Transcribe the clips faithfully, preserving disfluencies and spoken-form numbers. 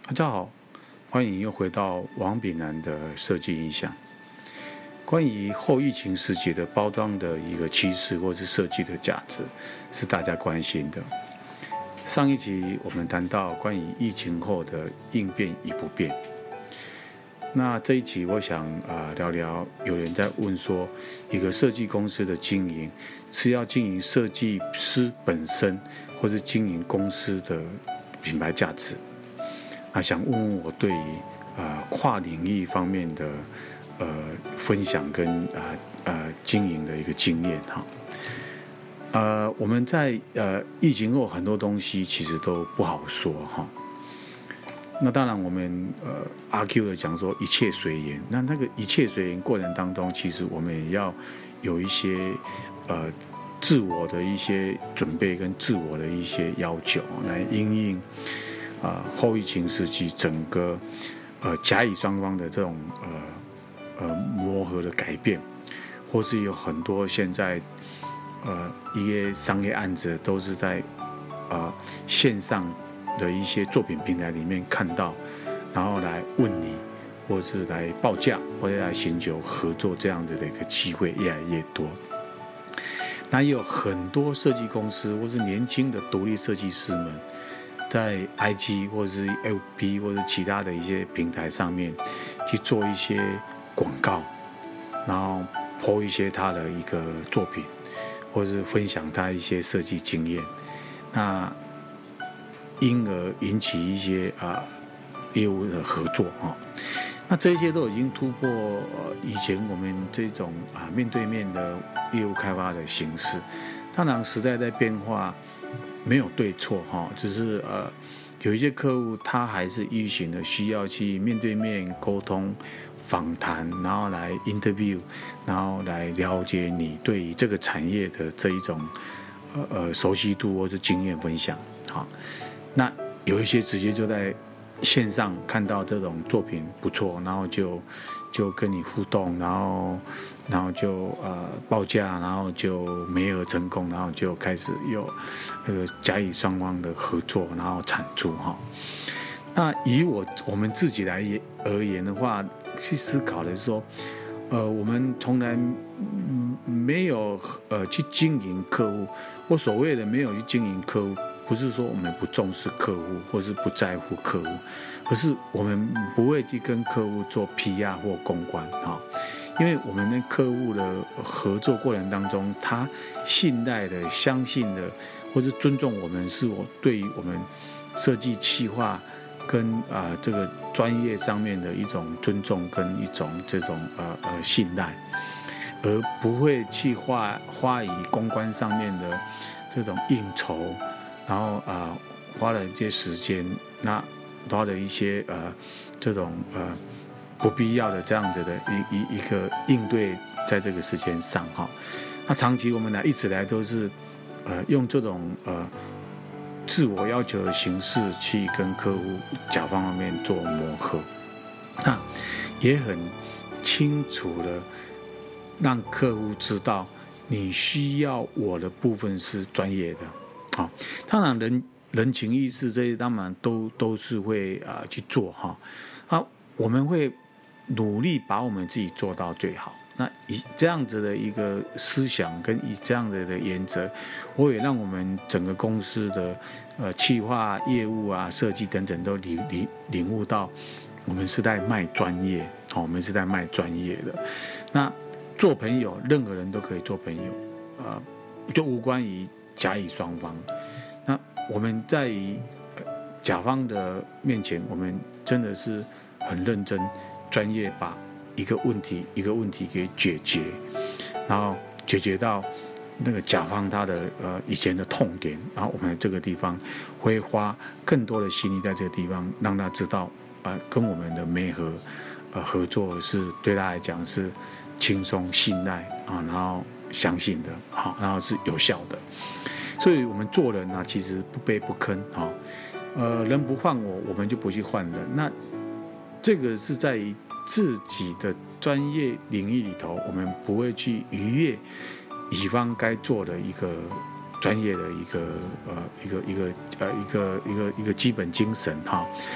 大家好，欢迎又回到王炳南的设计影响。关于后疫情时节的包装的一个趋势或是设计的价值，是大家关心的。上一集我们谈到关于疫情后的应变与不变，那这一集我想啊、呃、聊聊，有人在问说，一个设计公司的经营是要经营设计师本身，或是经营公司的品牌价值。那想问问我对于呃跨领域方面的呃分享跟呃呃经营的一个经验哈。呃，我们在呃疫情后很多东西其实都不好说哈。那当然我们呃阿 Q 的讲说一切随缘，那那个一切随缘过程当中，其实我们也要有一些呃自我的一些准备跟自我的一些要求来因应。呃，后疫情时期整个呃甲乙双方的这种呃呃磨合的改变，或是有很多现在呃一些商业案子都是在呃线上的一些作品平台里面看到，然后来问你，或是来报价，或者来寻求合作这样子的一个机会越来越多。那也有很多设计公司或是年轻的独立设计师们。在 I G 或是 F B 或者其他的一些平台上面去做一些广告，然后 po 一些他的一个作品，或是分享他一些设计经验，那因而引起一些啊、呃、业务的合作哈。那这些都已经突破、呃、以前我们这种啊面对面的业务开发的形式。当然时代在变化。没有对错哈，只是呃有一些客户他还是依循的需要去面对面沟通、访谈，然后来 interview， 然后来了解你对于这个产业的这一种呃呃熟悉度或者经验分享哈。那有一些直接就在线上看到这种作品不错，然后就就跟你互动，然后然后就呃报价，然后就媒合成功，然后就开始有呃甲乙双方的合作，然后产出哈。那以我我们自己来而言的话，去思考的是说，呃，我们从来没有呃去经营客户，我所谓的没有去经营客户。不是说我们不重视客户，或是不在乎客户，而是我们不会去跟客户做 P R 或公关啊，因为我们跟客户的合作过程当中，他信赖的、相信的，或是尊重我们，是我对于我们设计企划跟啊、呃、这个专业上面的一种尊重跟一种这种呃呃信赖，而不会去花花于公关上面的这种应酬。然后啊、呃，花了一些时间，那花了一些呃这种呃不必要的这样子的一一一个应对，在这个时间上哈。那长期我们来一直来都是呃用这种呃自我要求的形式去跟客户甲方方面做磨合，那也很清楚的让客户知道你需要我的部分是专业的。好，当然人人情意识这些当然都都是会啊、呃、去做哈，啊我们会努力把我们自己做到最好。那以这样子的一个思想跟以这样子的原则，我也让我们整个公司的呃企划、业务啊、设计等等都领领领悟到，我们是在卖专业，哦，我们是在卖专业的。那做朋友，任何人都可以做朋友，啊、呃，就无关于。甲乙双方，那我们在甲方的面前，我们真的是很认真、专业，把一个问题一个问题给解决，然后解决到那个甲方他的呃以前的痛点，然后我们这个地方会花更多的心力在这个地方，让他知道啊、呃，跟我们的媒合呃合作是对他来讲是轻松、信赖啊，然后相信的，好，然后是有效的。所以我们做人啊，其实不卑不吭啊，呃，人不换我，我们就不去换人。那这个是在于自己的专业领域里头，我们不会去逾越乙方该做的一个专业的一个呃一个一个呃一个一个一个基本精神哈。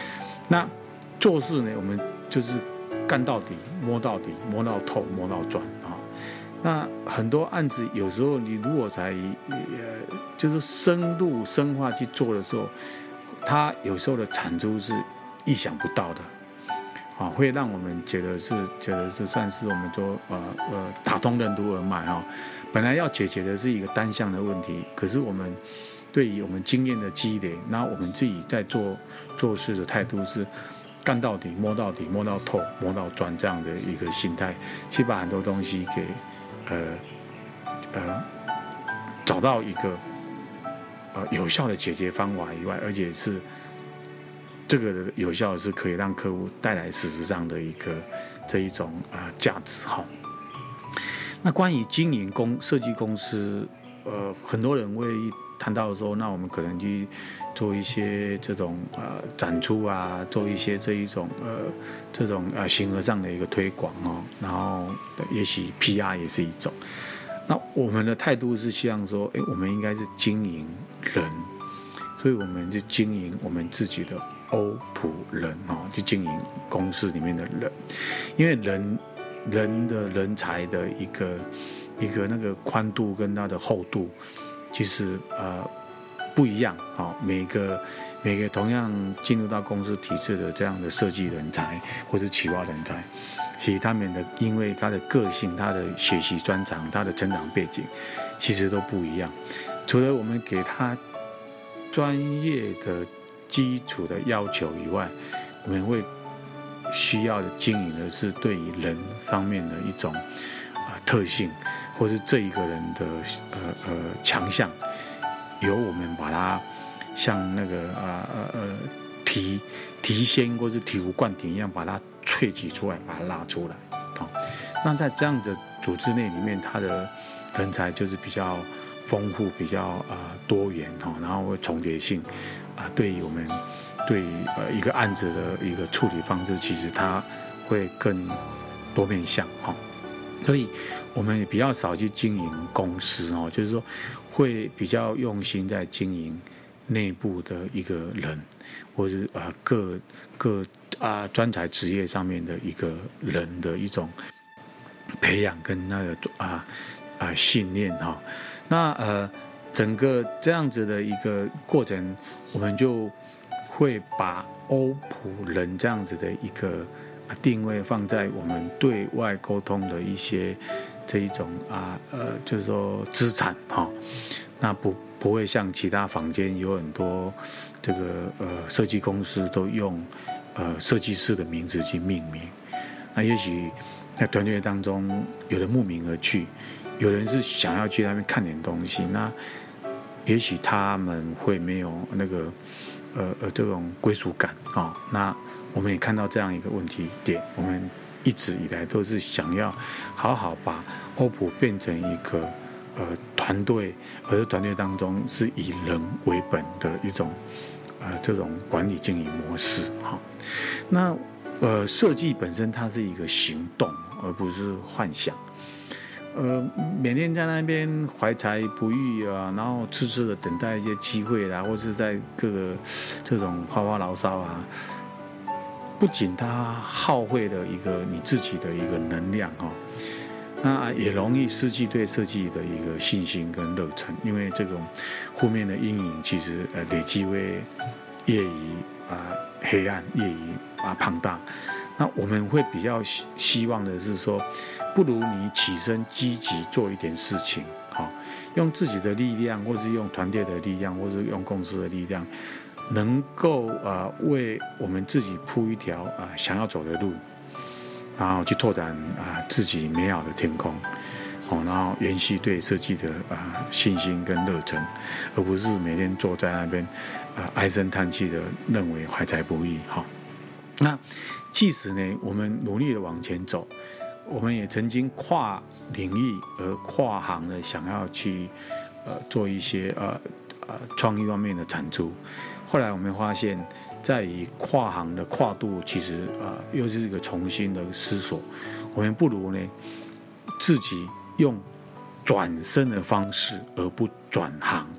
那做事呢，我们就是干到底，摸到底，摸到透，摸到转啊。那很多案子有时候你如果才呃就是深入深化去做的时候，它有时候的产出是意想不到的。啊，会让我们觉得是觉得是算是我们说呃呃打通任督二脉哈、哦。本来要解决的是一个单项的问题，可是我们对于我们经验的积累，然后我们自己在做做事的态度是干到底、摸到底、摸到透、摸到专这样的一个心态，去把很多东西给呃呃找到一个呃有效的解决方法以外，而且是。这个的有效是可以让客户带来实质上的一个这一种啊、呃、价值哈。那关于经营公设计公司，呃，很多人会谈到说，那我们可能去做一些这种呃展出啊，做一些这一种呃这种呃形而上的一个推广哦，然后也许 P R 也是一种。那我们的态度是希望说，哎，我们应该是经营人，所以我们就经营我们自己的。欧普人哦，去经营公司里面的人，因为人人的人才的一个一个那个宽度跟它的厚度，其实呃不一样哦。每个每个同样进入到公司体制的这样的设计人才或者企划人才，其实他们的因为他的个性、他的学习专长、他的成长背景，其实都不一样。除了我们给他专业的基础的要求以外，我们会需要的经营的是对于人方面的一种、呃、特性，或是这一个人的呃呃强项，由我们把它像那个呃呃呃提提鲜或是醍醐灌顶一样，把它萃取出来，把它拉出来。哦，那在这样的组织内里面，它的人才就是比较丰富、比较呃多元哈、哦，然后会重叠性。啊，对于我们对于呃一个案子的一个处理方式，其实它会更多面向哈、哦，所以我们也比较少去经营公司哦，就是说会比较用心在经营内部的一个人，或是呃各各啊、呃、专才职业上面的一个人的一种培养跟那个啊啊、呃呃、训练哈、哦，那呃整个这样子的一个过程。我们就会把欧普人这样子的一个定位放在我们对外沟通的一些这一种啊呃，就是说资产哈、哦，那不不会像其他坊间有很多这个呃设计公司都用呃设计师的名字去命名，那也许在团队当中有人慕名而去，有人是想要去那边看点东西，那。也许他们会没有那个呃呃这种归属感啊、哦，那我们也看到这样一个问题点，我们一直以来都是想要好好把欧普变成一个呃团队，而团队当中是以人为本的一种呃这种管理经营模式哈、哦。那呃设计本身它是一个行动，而不是幻想。呃，每天在那边怀才不遇啊，然后痴痴的等待一些机会啦，或是在各个这种发发牢骚啊，不仅它耗费了一个你自己的一个能量哈、哦，那也容易失去对设计的一个信心跟热忱，因为这种负面的阴影其实呃累积会越以啊、呃、黑暗，越以啊庞大。那我们会比较希希望的是说。不如你起身积极做一点事情，好，用自己的力量，或是用团队的力量，或是用公司的力量，能够啊、呃、为我们自己铺一条啊、呃、想要走的路，然后去拓展啊、呃、自己美好的天空，好，然后延续对设计的啊、呃、信心跟热忱，而不是每天坐在那边啊、呃、唉声叹气的认为怀才不遇，好，那即使呢我们努力的往前走。我们也曾经跨领域而跨行的想要去呃做一些呃呃创意方面的产出，后来我们发现，在于跨行的跨度，其实呃又是一个重新的思索，我们不如呢自己用转身的方式，而不转行，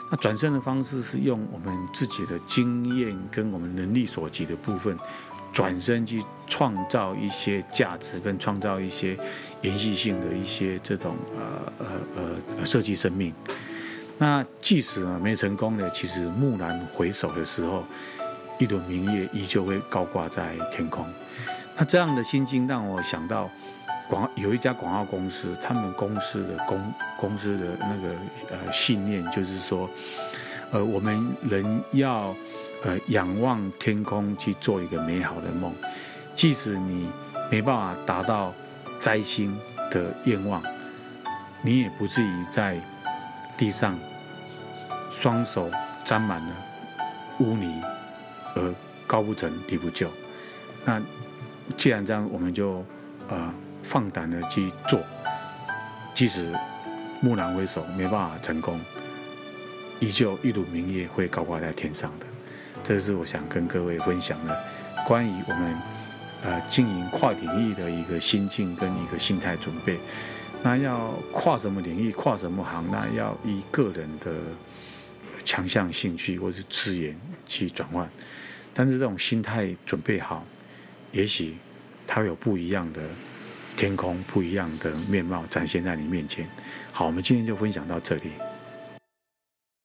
那转身的方式是用我们自己的经验跟我们能力所及的部分，转身去创造一些价值，跟创造一些延续性的一些这种呃呃呃设计生命。那即使呢没成功呢，其实蓦然回首的时候，一轮明月依旧会高挂在天空。那这样的心境让我想到广有一家广告公司，他们公司的公公司的那个呃信念就是说，呃，我们人要呃仰望天空去做一个美好的梦，即使你没办法达到摘星的愿望，你也不至于在地上双手沾满了污泥，而高不成低不就。那既然这样，我们就呃放胆的去做，即使蓦然回首没办法成功，依旧一轮明月会高挂在天上的。这是我想跟各位分享的关于我们呃经营跨领域的一个心境跟一个心态准备。那要跨什么领域、跨什么行，那要以个人的强项、兴趣或是资源去转换。但是这种心态准备好，也许它会有不一样的天空、不一样的面貌展现在你面前。好，我们今天就分享到这里。